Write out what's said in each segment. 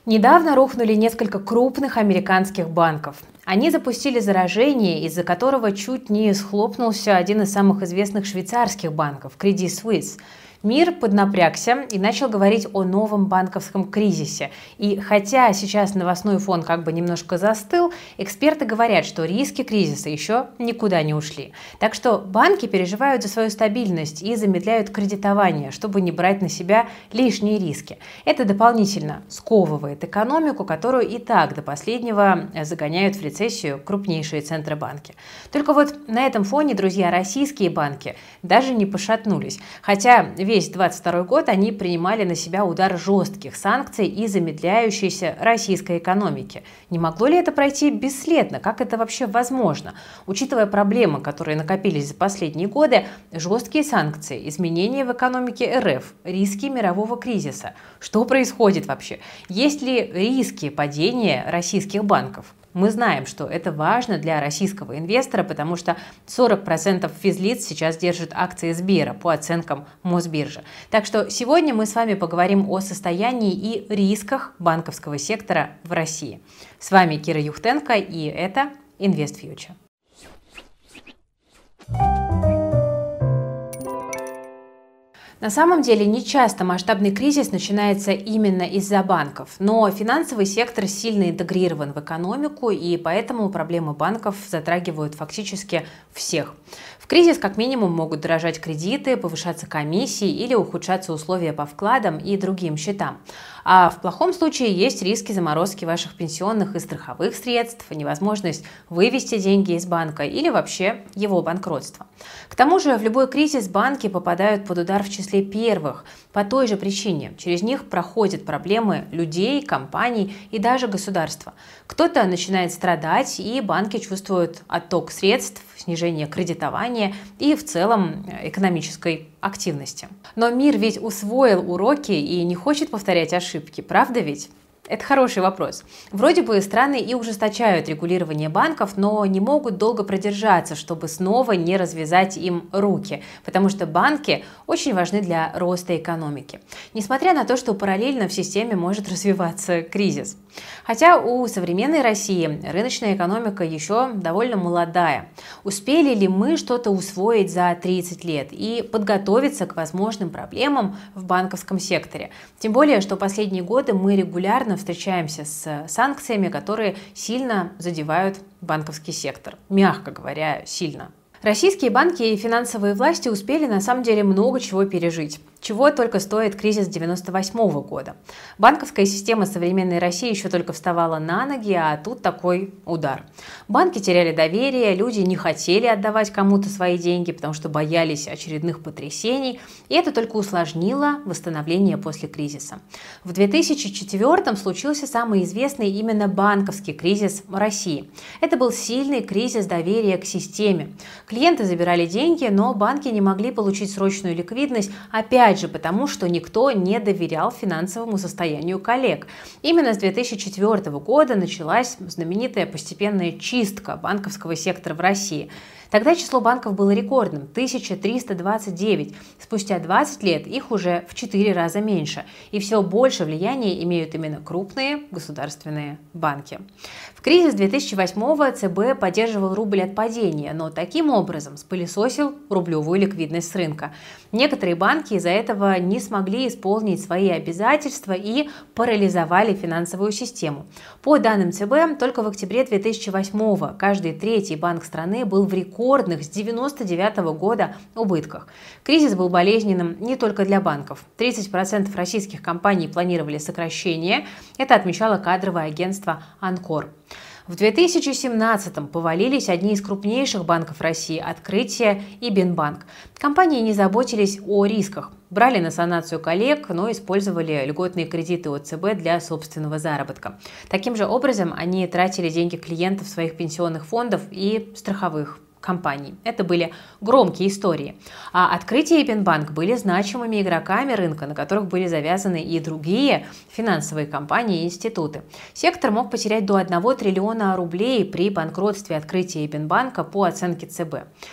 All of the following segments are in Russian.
Недавно рухнули несколько крупных американских банков. Они запустили заражение, из-за которого чуть не схлопнулся один из самых известных швейцарских банков – Credit Suisse. Мир поднапрягся и начал говорить о новом банковском кризисе. И хотя сейчас новостной фон как бы немножко застыл, эксперты говорят, что риски кризиса еще никуда не ушли. Так что банки переживают за свою стабильность и замедляют кредитование, чтобы не брать на себя лишние риски. Это дополнительно сковывает экономику, которую и так до последнего загоняют в рецессию крупнейшие центробанки. Только вот на этом фоне, друзья, российские банки даже не пошатнулись. Хотя весь 2022 год они принимали на себя удар жестких санкций и замедляющейся российской экономики. Не могло ли это пройти бесследно? Как это вообще возможно? Учитывая проблемы, которые накопились за последние годы, жесткие санкции, изменения в экономике РФ, риски мирового кризиса. Что происходит вообще? Есть ли риски падения российских банков? Мы знаем, что это важно для российского инвестора, потому что 40% физлиц сейчас держат акции Сбера по оценкам Мосбиржи. Так что сегодня мы с вами поговорим о состоянии и рисках банковского сектора в России. С вами Кира Юхтенко, и это InvestFuture. На самом деле, нечасто масштабный кризис начинается именно из-за банков, но финансовый сектор сильно интегрирован в экономику, и поэтому проблемы банков затрагивают фактически всех. В кризис как минимум могут дорожать кредиты, повышаться комиссии или ухудшаться условия по вкладам и другим счетам. А в плохом случае есть риски заморозки ваших пенсионных и страховых средств, невозможность вывести деньги из банка или вообще его банкротство. К тому же в любой кризис банки попадают под удар в числе первых по той же причине. Через них проходят проблемы людей, компаний и даже государства. Кто-то начинает страдать, и банки чувствуют отток средств, снижение кредитования и в целом экономической активности. Но мир ведь усвоил уроки и не хочет повторять ошибки, правда ведь? Это хороший вопрос. Вроде бы страны и ужесточают регулирование банков, но не могут долго продержаться, чтобы снова не развязать им руки, потому что банки очень важны для роста экономики, несмотря на то, что параллельно в системе может развиваться кризис. Хотя у современной России рыночная экономика еще довольно молодая. Успели ли мы что-то усвоить за 30 лет и подготовиться к возможным проблемам в банковском секторе? Тем более, что последние годы мы регулярно встречаемся с санкциями, которые сильно задевают банковский сектор. Мягко говоря, сильно. Российские банки и финансовые власти успели на самом деле много чего пережить. Чего только стоит кризис 1998 года. Банковская система современной России еще только вставала на ноги, а тут такой удар. Банки теряли доверие, люди не хотели отдавать кому-то свои деньги, потому что боялись очередных потрясений, и это только усложнило восстановление после кризиса. В 2004 случился самый известный именно банковский кризис России. Это был сильный кризис доверия к системе. Клиенты забирали деньги, но банки не могли получить срочную ликвидность, опять же потому, что никто не доверял финансовому состоянию коллег. Именно с 2004 года началась знаменитая постепенная чистка банковского сектора в России. Тогда число банков было рекордным – 1329. Спустя 20 лет их уже в 4 раза меньше. И все больше влияния имеют именно крупные государственные банки. В кризис 2008-го ЦБ поддерживал рубль от падения, но таким образом спылесосил рублевую ликвидность с рынка. Некоторые банки из-за этого не смогли исполнить свои обязательства и парализовали финансовую систему. По данным ЦБ, только в октябре 2008-го каждый третий банк страны был в рекордных с 1999 года убытках. Кризис был болезненным не только для банков. 30% российских компаний планировали сокращение. Это отмечало кадровое агентство «Анкор». В 2017-м повалились одни из крупнейших банков России – «Открытие» и «Бинбанк». Компании не заботились о рисках, брали на санацию коллег, но использовали льготные кредиты от ЦБ для собственного заработка. Таким же образом они тратили деньги клиентов своих пенсионных фондов и страховых компаний. Это были громкие истории. А «Открытие» и «Бинбанк» были значимыми игроками рынка, на которых были завязаны и другие финансовые компании и институты. Сектор мог потерять до 1 триллиона рублей при банкротстве «Открытия» и «Бинбанка» по оценке ЦБ.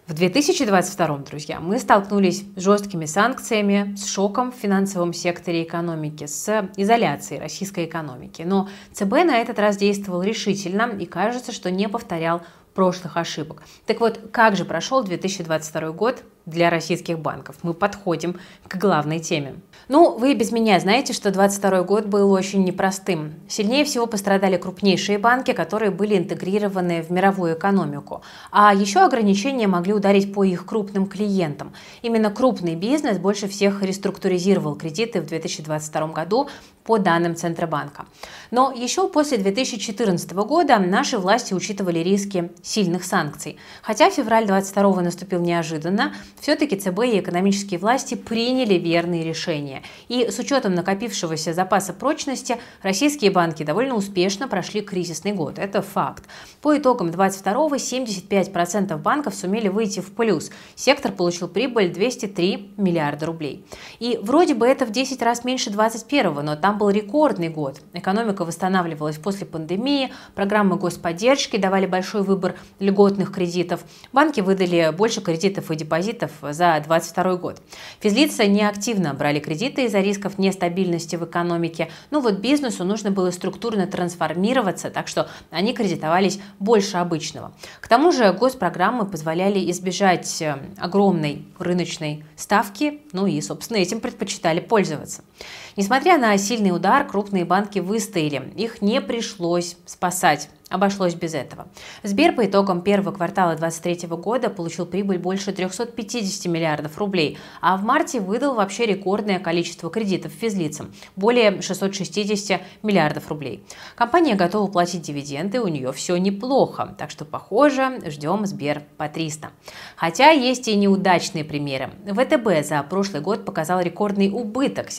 В 2022, друзья, мы столкнулись с жесткими санкциями, с шоком в финансовом секторе экономики, с изоляцией российской экономики. Но ЦБ на этот раз действовал решительно и кажется, что не повторял прошлых ошибок. Так вот, как же прошел 2022 год для российских банков? Мы подходим к главной теме. Ну, вы без меня знаете, что 2022 год был очень непростым. Сильнее всего пострадали крупнейшие банки, которые были интегрированы в мировую экономику. А еще ограничения могли ударить по их крупным клиентам. Именно крупный бизнес больше всех реструктуризировал кредиты в 2022 году, по данным Центробанка. Но еще после 2014 года наши власти учитывали риски сильных санкций. Хотя февраль 2022 наступил неожиданно, все-таки ЦБ и экономические власти приняли верные решения. И с учетом накопившегося запаса прочности, российские банки довольно успешно прошли кризисный год. Это факт. По итогам 2022 75% банков сумели выйти в плюс. Сектор получил прибыль 203 миллиарда рублей. И вроде бы это в 10 раз меньше 2021, но там был рекордный год. Экономика восстанавливалась после пандемии, программы господдержки давали большой выбор льготных кредитов, банки выдали больше кредитов и депозитов за 2022 год. Физлица неактивно брали кредиты из-за рисков нестабильности в экономике, но вот бизнесу нужно было структурно трансформироваться, так что они кредитовались больше обычного. К тому же госпрограммы позволяли избежать огромной рыночной ставки, ну и, собственно, этим предпочитали пользоваться. Несмотря на сильный удар, крупные банки выстояли, их не пришлось спасать. Обошлось без этого. Сбер по итогам первого квартала 2023 года получил прибыль больше 350 миллиардов рублей, а в марте выдал вообще рекордное количество кредитов физлицам – более 660 миллиардов рублей. Компания готова платить дивиденды, у нее все неплохо, так что, похоже, ждем Сбер по 300. Хотя есть и неудачные примеры. ВТБ за прошлый год показал рекордный убыток –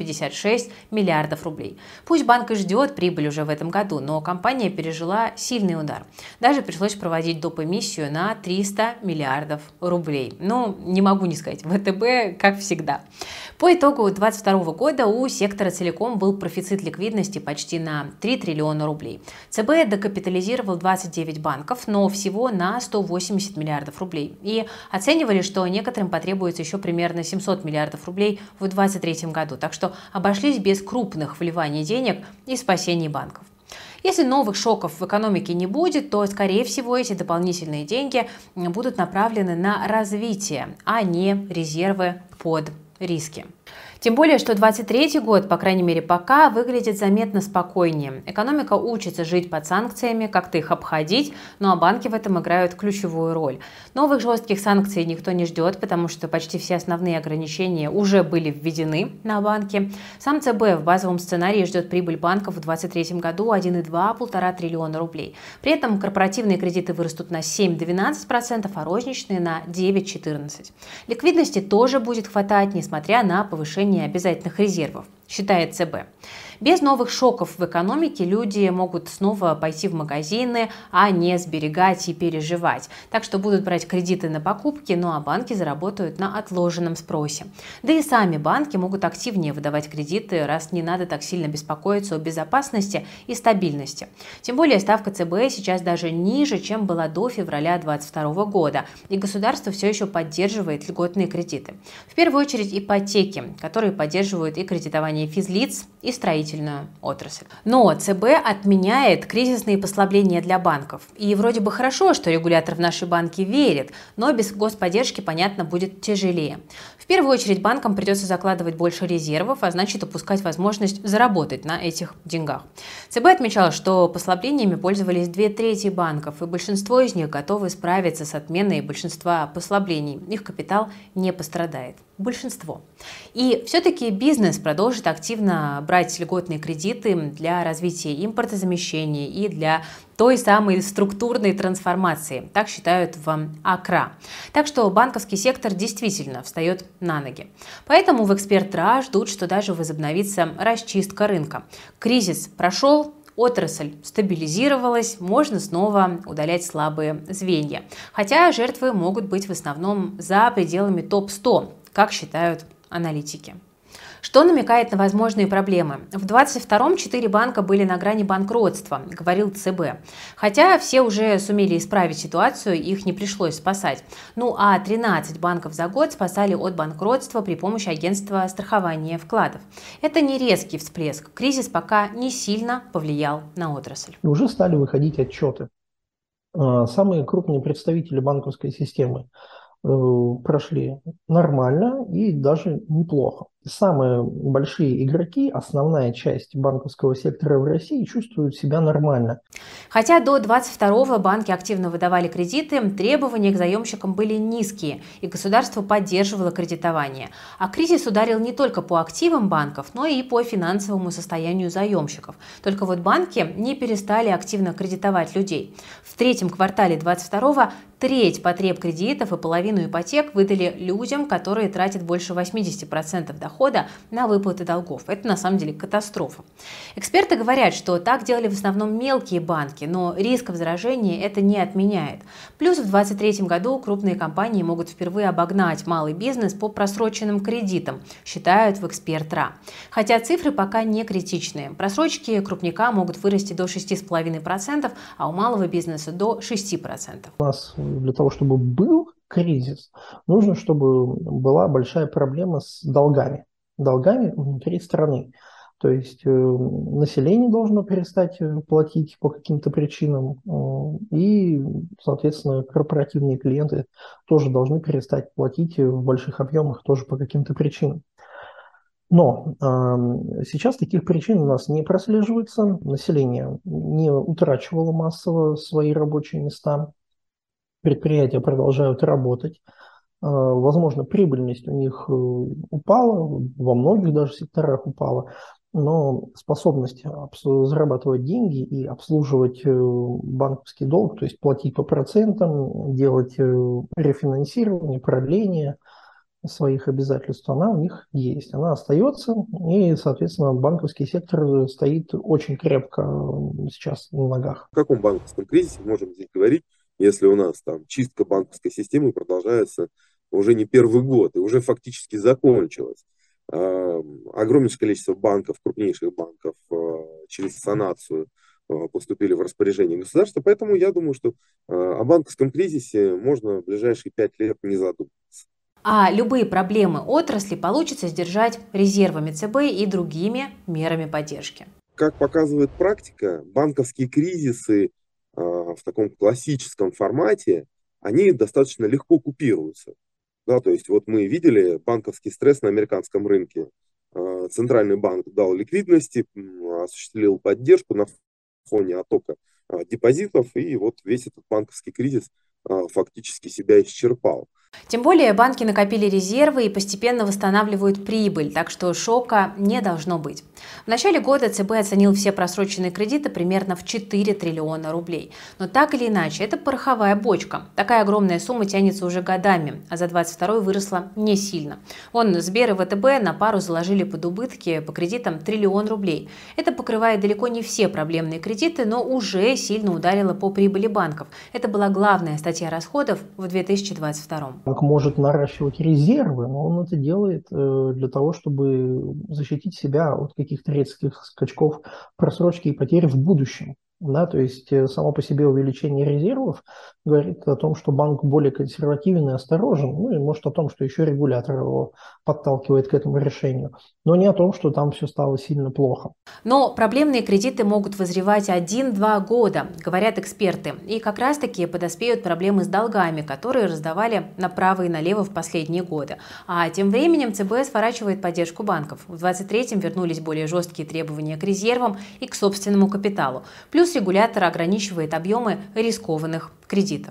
756 миллиардов рублей. Пусть банк и ждет прибыль уже в этом году, но компания пережила сильный удар. Даже пришлось проводить доп. Эмиссию на 300 миллиардов рублей. Ну, не могу не сказать, ВТБ как всегда. По итогу 2022 года у сектора целиком был профицит ликвидности почти на 3 триллиона рублей. ЦБ докапитализировал 29 банков, но всего на 180 миллиардов рублей. И оценивали, что некоторым потребуется еще примерно 700 миллиардов рублей в 2023 году. Так что обошлись без крупных вливаний денег и спасений банков. Если новых шоков в экономике не будет, то, скорее всего, эти дополнительные деньги будут направлены на развитие, а не резервы под риски. Тем более, что 2023 год, по крайней мере пока, выглядит заметно спокойнее. Экономика учится жить под санкциями, как-то их обходить, ну а банки в этом играют ключевую роль. Новых жестких санкций никто не ждет, потому что почти все основные ограничения уже были введены на банки. Сам ЦБ в базовом сценарии ждет прибыль банков в 2023 году 1,2–1,5 триллиона рублей. При этом корпоративные кредиты вырастут на 7–12%, а розничные на 9–14%. Ликвидности тоже будет хватать, несмотря на повышение обязательных резервов, считает ЦБ. Без новых шоков в экономике люди могут снова пойти в магазины, а не сберегать и переживать. Так что будут брать кредиты на покупки, ну а банки заработают на отложенном спросе. Да и сами банки могут активнее выдавать кредиты, раз не надо так сильно беспокоиться о безопасности и стабильности. Тем более ставка ЦБ сейчас даже ниже, чем была до февраля 2022 года, и государство все еще поддерживает льготные кредиты. В первую очередь ипотеки, которые поддерживают и кредитование физлиц, и строительную отрасль. Но ЦБ отменяет кризисные послабления для банков. И вроде бы хорошо, что регулятор в наши банки верит, но без господдержки, понятно, будет тяжелее. В первую очередь банкам придется закладывать больше резервов, а значит упускать возможность заработать на этих деньгах. ЦБ отмечал, что послаблениями пользовались 2/3 банков, и большинство из них готовы справиться с отменой большинства послаблений. Их капитал не пострадает. Большинство. И все-таки бизнес продолжит активно брать льготные кредиты для развития импортозамещения и для той самой структурной трансформации, так считают в АКРА. Так что банковский сектор действительно встает на ноги. Поэтому в Эксперт.РА ждут, что даже возобновится расчистка рынка. Кризис прошел, отрасль стабилизировалась, можно снова удалять слабые звенья. Хотя жертвы могут быть в основном за пределами топ-100, как считают аналитики. Что намекает на возможные проблемы? В 2022-м 4 банка были на грани банкротства, говорил ЦБ. Хотя все уже сумели исправить ситуацию, их не пришлось спасать. Ну а 13 банков за год спасали от банкротства при помощи агентства страхования вкладов. Это не резкий всплеск. Кризис пока не сильно повлиял на отрасль. И уже стали выходить отчеты. Самые крупные представители банковской системы прошли нормально и даже неплохо. Самые большие игроки, основная часть банковского сектора в России чувствуют себя нормально. Хотя до 22-го банки активно выдавали кредиты, требования к заемщикам были низкие, и государство поддерживало кредитование. А кризис ударил не только по активам банков, но и по финансовому состоянию заемщиков. Только вот банки не перестали активно кредитовать людей. В третьем квартале 22-го треть потреб кредитов и половину ипотек выдали людям, которые тратят больше 80% дохода на выплаты долгов. Это на самом деле катастрофа. Эксперты говорят, что так делали в основном мелкие банки, но рисков заражения это не отменяет. Плюс в 2023 году крупные компании могут впервые обогнать малый бизнес по просроченным кредитам, считают в Эксперт.РА. Хотя цифры пока не критичные. Просрочки крупника могут вырасти до 6,5%, а у малого бизнеса до 6%. У нас для того, чтобы был кризис, нужно, чтобы была большая проблема с долгами. Долгами внутри страны. То есть население должно перестать платить по каким-то причинам, и, соответственно, корпоративные клиенты тоже должны перестать платить в больших объемах тоже по каким-то причинам. Но сейчас таких причин у нас не прослеживается, население не утрачивало массово свои рабочие места, предприятия продолжают работать. Возможно, прибыльность у них упала, во многих даже секторах упала, но способность зарабатывать деньги и обслуживать банковский долг, то есть платить по процентам, делать рефинансирование, продление своих обязательств, она у них есть, она остается, и, соответственно, банковский сектор стоит очень крепко сейчас на ногах. В каком банковском кризисе можем здесь говорить, если у нас там чистка банковской системы продолжается уже не первый год и уже фактически закончилась? Огромнейшее количество банков, крупнейших банков через санацию поступили в распоряжение государства, поэтому я думаю, что о банковском кризисе можно в ближайшие 5 лет не задумываться. А любые проблемы отрасли получится сдержать резервами ЦБ и другими мерами поддержки. Как показывает практика, банковские кризисы в таком классическом формате, они достаточно легко купируются. Да, то есть вот мы видели банковский стресс на американском рынке. Центральный банк дал ликвидности, осуществил поддержку на фоне оттока депозитов, и вот весь этот банковский кризис фактически себя исчерпал. Тем более банки накопили резервы и постепенно восстанавливают прибыль, так что шока не должно быть. В начале года ЦБ оценил все просроченные кредиты примерно в 4 триллиона рублей. Но так или иначе, это пороховая бочка. Такая огромная сумма тянется уже годами, а за 22-й выросла не сильно. Вон Сбер и ВТБ на пару заложили под убытки по кредитам триллион рублей. Это покрывает далеко не все проблемные кредиты, но уже сильно ударило по прибыли банков. Это была главная статья расходов в 2022. Банк может наращивать резервы, но он это делает для того, чтобы защитить себя от каких-то резких скачков просрочки и потерь в будущем. Да, то есть само по себе увеличение резервов говорит о том, что банк более консервативен и осторожен, ну и может о том, что еще регулятор его подталкивает к этому решению, но не о том, что там все стало сильно плохо. Но проблемные кредиты могут вызревать 1-2 года, говорят эксперты, и как раз-таки подоспеют проблемы с долгами, которые раздавали направо и налево в последние годы. А тем временем ЦБ сворачивает поддержку банков. В 2023-м вернулись более жесткие требования к резервам и к собственному капиталу. Плюс регулятор ограничивает объемы рискованных кредитов.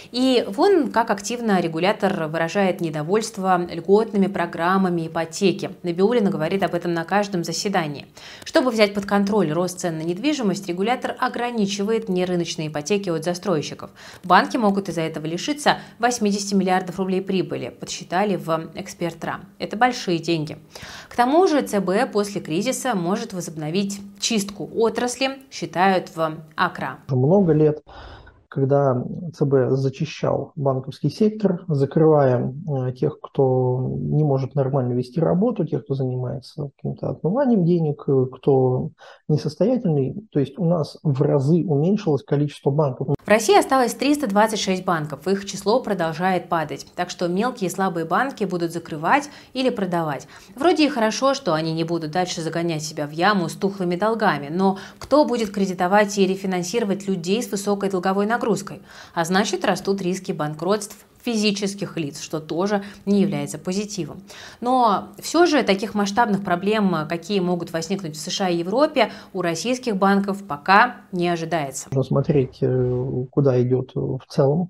И вон как активно регулятор выражает недовольство льготными программами ипотеки. Набиуллина говорит об этом на каждом заседании. Чтобы взять под контроль рост цен на недвижимость, регулятор ограничивает нерыночные ипотеки от застройщиков. Банки могут из-за этого лишиться 80 миллиардов рублей прибыли, подсчитали в Эксперт.РА. Это большие деньги. К тому же ЦБ после кризиса может возобновить чистку отрасли, считают в АКРА. Много лет когда ЦБ зачищал банковский сектор, закрывая тех, кто не может нормально вести работу, тех, кто занимается каким-то отмыванием денег, кто несостоятельный. То есть у нас в разы уменьшилось количество банков. В России осталось 326 банков, их число продолжает падать, так что мелкие и слабые банки будут закрывать или продавать. Вроде и хорошо, что они не будут дальше загонять себя в яму с тухлыми долгами, но кто будет кредитовать и рефинансировать людей с высокой долговой нагрузкой? А значит, растут риски банкротств физических лиц, что тоже не является позитивом. Но все же таких масштабных проблем, какие могут возникнуть в США и Европе, у российских банков пока не ожидается. Нужно смотреть, куда идет в целом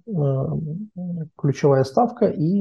ключевая ставка и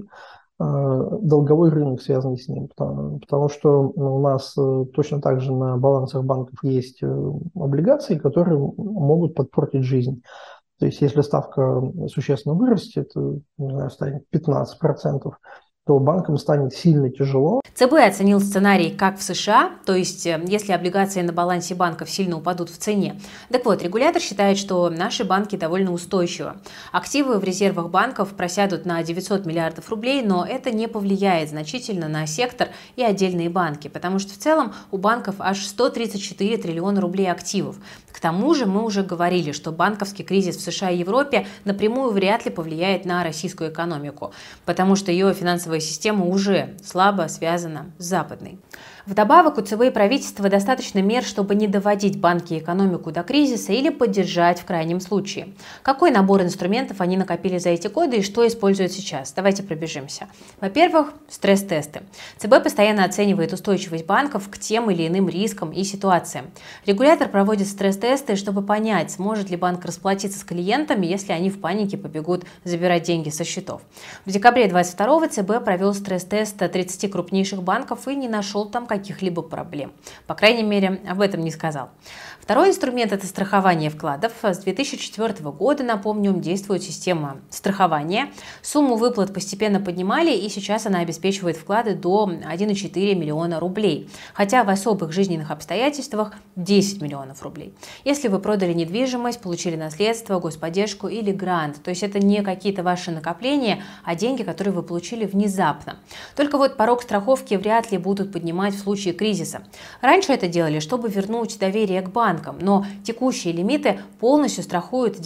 долговой рынок, связанный с ним. Потому что у нас точно так же на балансах банков есть облигации, которые могут подпортить жизнь. То есть если ставка существенно вырастет, не знаю, станет 15%, то банкам станет сильно тяжело. ЦБ оценил сценарий как в США, то есть если облигации на балансе банков сильно упадут в цене. Так вот, регулятор считает, что наши банки довольно устойчивы. Активы в резервах банков просядут на 900 миллиардов рублей, но это не повлияет значительно на сектор и отдельные банки, потому что в целом у банков аж 134 триллиона рублей активов. К тому же мы уже говорили, что банковский кризис в США и Европе напрямую вряд ли повлияет на российскую экономику, потому что ее финансовая система уже слабо связана с западной. Вдобавок у ЦБ и правительства достаточно мер, чтобы не доводить банки и экономику до кризиса или поддержать в крайнем случае. Какой набор инструментов они накопили за эти годы и что используют сейчас? Давайте пробежимся. Во-первых, стресс-тесты. ЦБ постоянно оценивает устойчивость банков к тем или иным рискам и ситуациям. Регулятор проводит стресс-тесты, чтобы понять, сможет ли банк расплатиться с клиентами, если они в панике побегут забирать деньги со счетов. В декабре 2022 ЦБ провел стресс-тест 30 крупнейших банков и не нашел там каких-либо проблем. По крайней мере, об этом не сказал. Второй инструмент – это страхование вкладов. С 2004 года, напомню, действует система страхования. Сумму выплат постепенно поднимали, и сейчас она обеспечивает вклады до 1,4 миллиона рублей. Хотя в особых жизненных обстоятельствах 10 миллионов рублей. Если вы продали недвижимость, получили наследство, господдержку или грант. То есть это не какие-то ваши накопления, а деньги, которые вы получили внезапно. Только вот порог страховки вряд ли будут поднимать в случае кризиса. Раньше это делали, чтобы вернуть доверие к банкам, но текущие лимиты полностью страхуют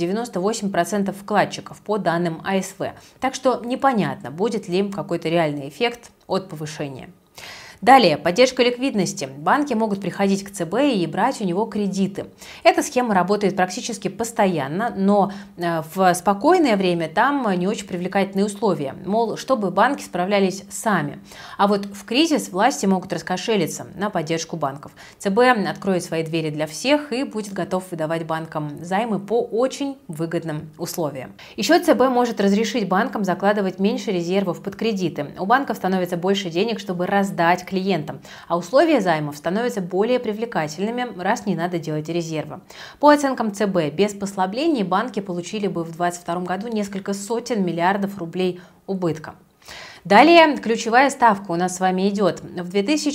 98% вкладчиков по данным АСВ. Так что непонятно, будет ли какой-то реальный эффект от повышения. Далее, поддержка ликвидности. Банки могут приходить к ЦБ и брать у него кредиты. Эта схема работает практически постоянно, но в спокойное время там не очень привлекательные условия. Мол, чтобы банки справлялись сами. А вот в кризис власти могут раскошелиться на поддержку банков. ЦБ откроет свои двери для всех и будет готов выдавать банкам займы по очень выгодным условиям. Еще ЦБ может разрешить банкам закладывать меньше резервов под кредиты. У банков становится больше денег, чтобы раздать клиентам, а условия займов становятся более привлекательными, раз не надо делать резервы. По оценкам ЦБ, без послаблений банки получили бы в 2022 году несколько сотен миллиардов рублей убытка. Далее, ключевая ставка у нас с вами идет. В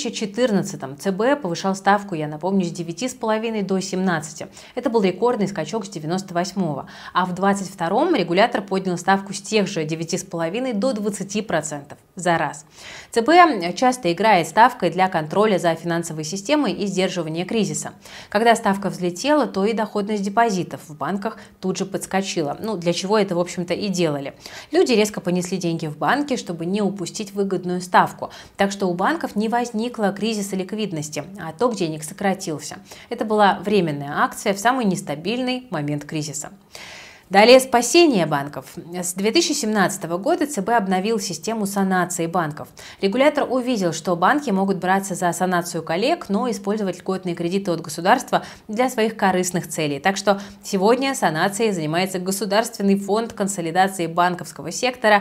2014-м ЦБ повышал ставку, я напомню, с 9,5 до 17. Это был рекордный скачок с 98-го. А в 2022-м регулятор поднял ставку с тех же 9,5 до 20% за раз. ЦБ часто играет ставкой для контроля за финансовой системой и сдерживания кризиса. Когда ставка взлетела, то и доходность депозитов в банках тут же подскочила. Для чего это, в общем-то, и делали. Люди резко понесли деньги в банки, чтобы не упустить выгодную ставку. Так что у банков не возникло кризиса ликвидности, а отток денег сократился. Это была временная акция в самый нестабильный момент кризиса. Далее спасение банков. С 2017 года ЦБ обновил систему санации банков. Регулятор увидел, что банки могут браться за санацию коллег, но использовать льготные кредиты от государства для своих корыстных целей. Так что сегодня санацией занимается Государственный фонд консолидации банковского сектора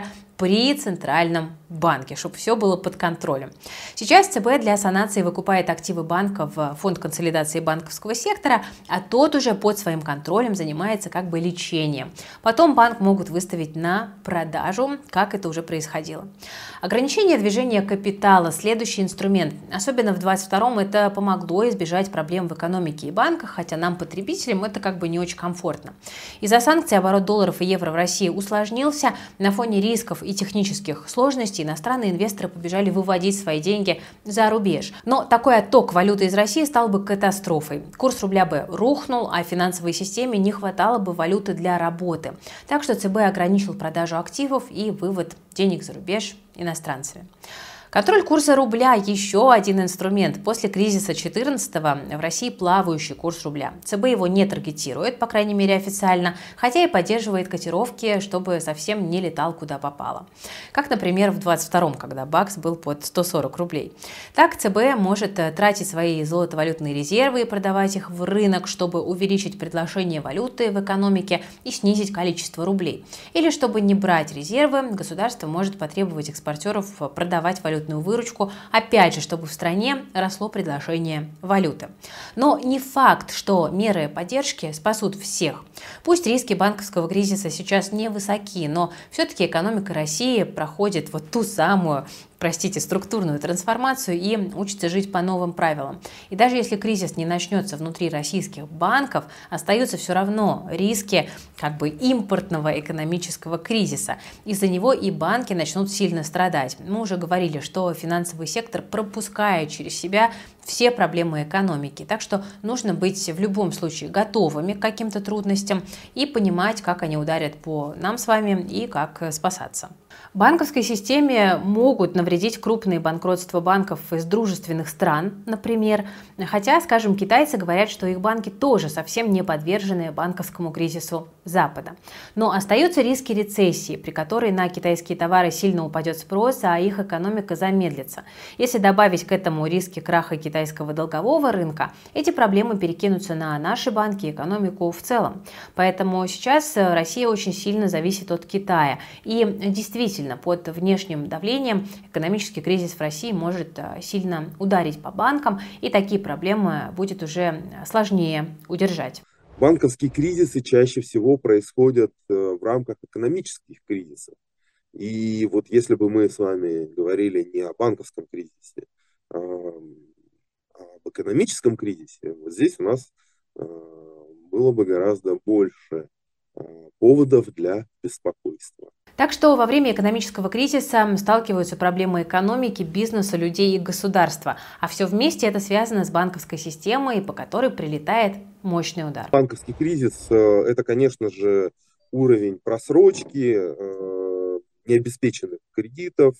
при Центральном банке, чтобы все было под контролем. Сейчас ЦБ для санации выкупает активы банка в фонд консолидации банковского сектора, а тот уже под своим контролем занимается как бы лечением. Потом банк могут выставить на продажу, как это уже происходило. Ограничение движения капитала – следующий инструмент. Особенно в 2022-м это помогло избежать проблем в экономике и банках, хотя нам, потребителям, это как бы не очень комфортно. Из-за санкций оборот долларов и евро в России усложнился. На фоне рисков и технических сложностей иностранные инвесторы побежали выводить свои деньги за рубеж. Но такой отток валюты из России стал бы катастрофой. Курс рубля бы рухнул, а финансовой системе не хватало бы валюты для работы. Так что ЦБ ограничил продажу активов и вывод денег за рубеж иностранцами. Контроль курса рубля – еще один инструмент. После кризиса 2014-го в России плавающий курс рубля. ЦБ его не таргетирует, по крайней мере официально, хотя и поддерживает котировки, чтобы совсем не летал куда попало. Как, например, в 2022-м, когда бакс был под 140 рублей. Так ЦБ может тратить свои золотовалютные резервы и продавать их в рынок, чтобы увеличить предложение валюты в экономике и снизить количество рублей. Или чтобы не брать резервы, государство может потребовать экспортеров продавать валюту выручку, опять же, чтобы в стране росло предложение валюты. Но не факт, что меры поддержки спасут всех. Пусть риски банковского кризиса сейчас невысоки, но все-таки экономика России проходит вот ту самую, структурную трансформацию и учится жить по новым правилам. И даже если кризис не начнется внутри российских банков, остаются все равно риски как бы импортного экономического кризиса. Из-за него и банки начнут сильно страдать. Мы уже говорили, что финансовый сектор пропускает через себя все проблемы экономики. Так что нужно быть в любом случае готовыми к каким-то трудностям и понимать, как они ударят по нам с вами и как спасаться. Банковской системе могут навредить крупные банкротства банков из дружественных стран, например. Хотя, скажем, китайцы говорят, что их банки тоже совсем не подвержены банковскому кризису Запада. Но остаются риски рецессии, при которой на китайские товары сильно упадет спрос, а их экономика замедлится. Если добавить к этому риски краха китайского долгового рынка, эти проблемы перекинутся на наши банки и экономику в целом. Поэтому сейчас Россия очень сильно зависит от Китая. И действительно, под внешним давлением экономический кризис в России может сильно ударить по банкам, и такие проблемы будет уже сложнее удержать. Банковские кризисы чаще всего происходят в рамках экономических кризисов. И вот если бы мы с вами говорили не о банковском кризисе, а об экономическом кризисе, вот здесь у нас было бы гораздо больше поводов для беспокойства. Так что во время экономического кризиса сталкиваются проблемы экономики, бизнеса, людей и государства. А все вместе это связано с банковской системой, по которой прилетает мощный удар. Банковский кризис – это, конечно же, уровень просрочки, необеспеченных кредитов.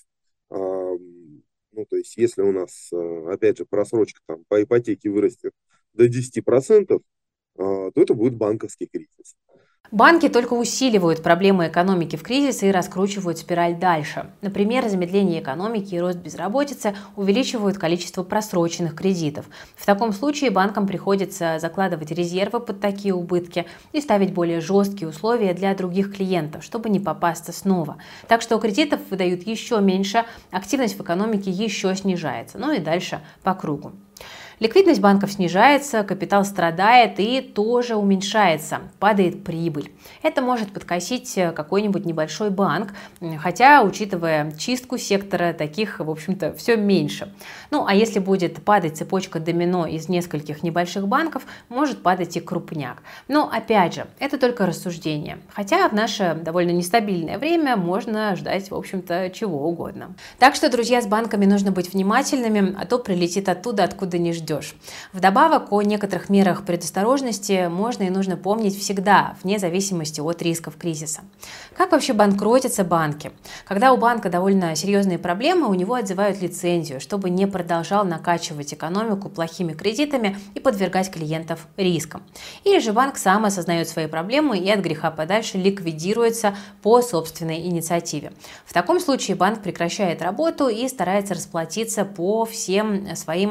Ну, то есть, если у нас, опять же, просрочка там, по ипотеке вырастет до 10%, то это будет банковский кризис. Банки только усиливают проблемы экономики в кризисе и раскручивают спираль дальше. Например, замедление экономики и рост безработицы увеличивают количество просроченных кредитов. В таком случае банкам приходится закладывать резервы под такие убытки и ставить более жесткие условия для других клиентов, чтобы не попасться снова. Так что кредитов выдают еще меньше, активность в экономике еще снижается, ну и дальше по кругу. Ликвидность банков снижается, капитал страдает и тоже уменьшается, падает прибыль. Это может подкосить какой-нибудь небольшой банк, хотя, учитывая чистку сектора, таких, в общем-то, все меньше. Ну, а если будет падать цепочка домино из нескольких небольших банков, может падать и крупняк. Но, опять же, это только рассуждение. Хотя в наше довольно нестабильное время можно ждать, в общем-то, чего угодно. Так что, друзья, с банками нужно быть внимательными, а то прилетит оттуда, откуда не ждешь. Вдобавок, о некоторых мерах предосторожности можно и нужно помнить всегда, вне зависимости от рисков кризиса. Как вообще банкротятся банки? Когда у банка довольно серьезные проблемы, у него отзывают лицензию, чтобы не продолжал накачивать экономику плохими кредитами и подвергать клиентов рискам. Или же банк сам осознает свои проблемы и от греха подальше ликвидируется по собственной инициативе. В таком случае банк прекращает работу и старается расплатиться по всем своим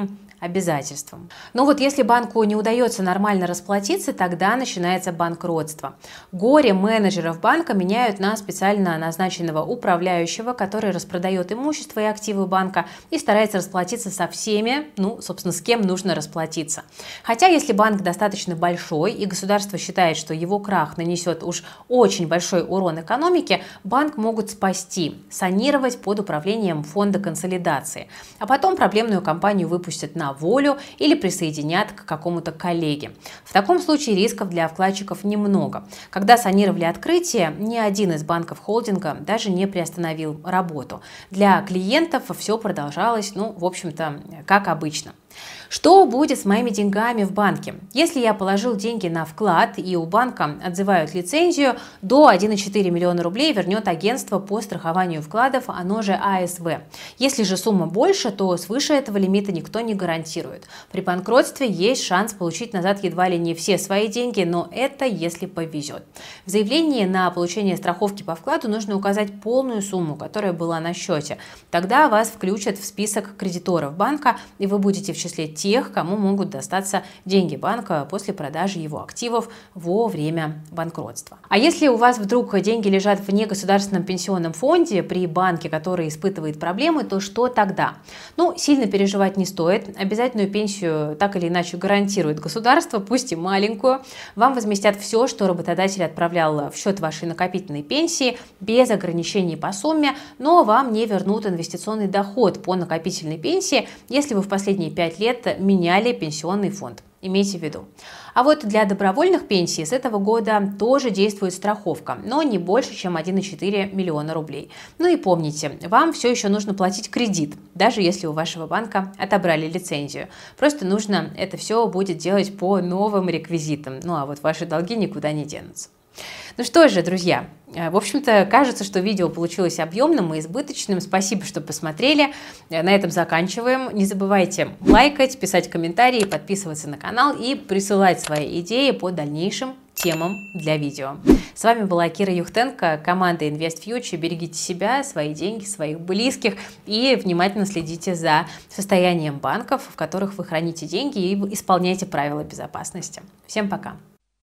обязательствам. Но вот если банку не удается нормально расплатиться, тогда начинается банкротство. Горе менеджеров банка меняют на специально назначенного управляющего, который распродает имущество и активы банка и старается расплатиться со всеми, собственно, с кем нужно расплатиться. Хотя, если банк достаточно большой и государство считает, что его крах нанесет уж очень большой урон экономике, банк могут спасти, санировать под управлением фонда консолидации, а потом проблемную компанию выпустят на волю или присоединят к какому-то коллеге. В таком случае рисков для вкладчиков немного. Когда санировали открытие, ни один из банков холдинга даже не приостановил работу. Для клиентов все продолжалось, в общем-то, как обычно. Что будет с моими деньгами в банке? Если я положил деньги на вклад и у банка отзывают лицензию, до 1,4 миллиона рублей вернет агентство по страхованию вкладов, оно же АСВ. Если же сумма больше, то свыше этого лимита никто не гарантирует. При банкротстве есть шанс получить назад едва ли не все свои деньги, но это если повезет. В заявлении на получение страховки по вкладу нужно указать полную сумму, которая была на счете. Тогда вас включат в список кредиторов банка, и вы будете в числе тех, кому могут достаться деньги банка после продажи его активов во время банкротства. А если у вас вдруг деньги лежат в негосударственном пенсионном фонде при банке, который испытывает проблемы, то что тогда? Сильно переживать не стоит. Обязательную пенсию так или иначе гарантирует государство, пусть и маленькую. Вам возместят все, что работодатель отправлял в счет вашей накопительной пенсии, без ограничений по сумме, но вам не вернут инвестиционный доход по накопительной пенсии, если вы в последние 5 лет меняли пенсионный фонд. Имейте в виду. А вот для добровольных пенсий с этого года тоже действует страховка, но не больше, чем 1,4 миллиона рублей. И помните, вам все еще нужно платить кредит, даже если у вашего банка отобрали лицензию. Просто нужно это все будет делать по новым реквизитам. А вот ваши долги никуда не денутся. Что же, друзья, в общем-то, кажется, что видео получилось объемным и избыточным. Спасибо, что посмотрели. На этом заканчиваем. Не забывайте лайкать, писать комментарии, подписываться на канал и присылать свои идеи по дальнейшим темам для видео. С вами была Кира Юхтенко, команда InvestFuture. Берегите себя, свои деньги, своих близких и внимательно следите за состоянием банков, в которых вы храните деньги, и исполняйте правила безопасности. Всем пока!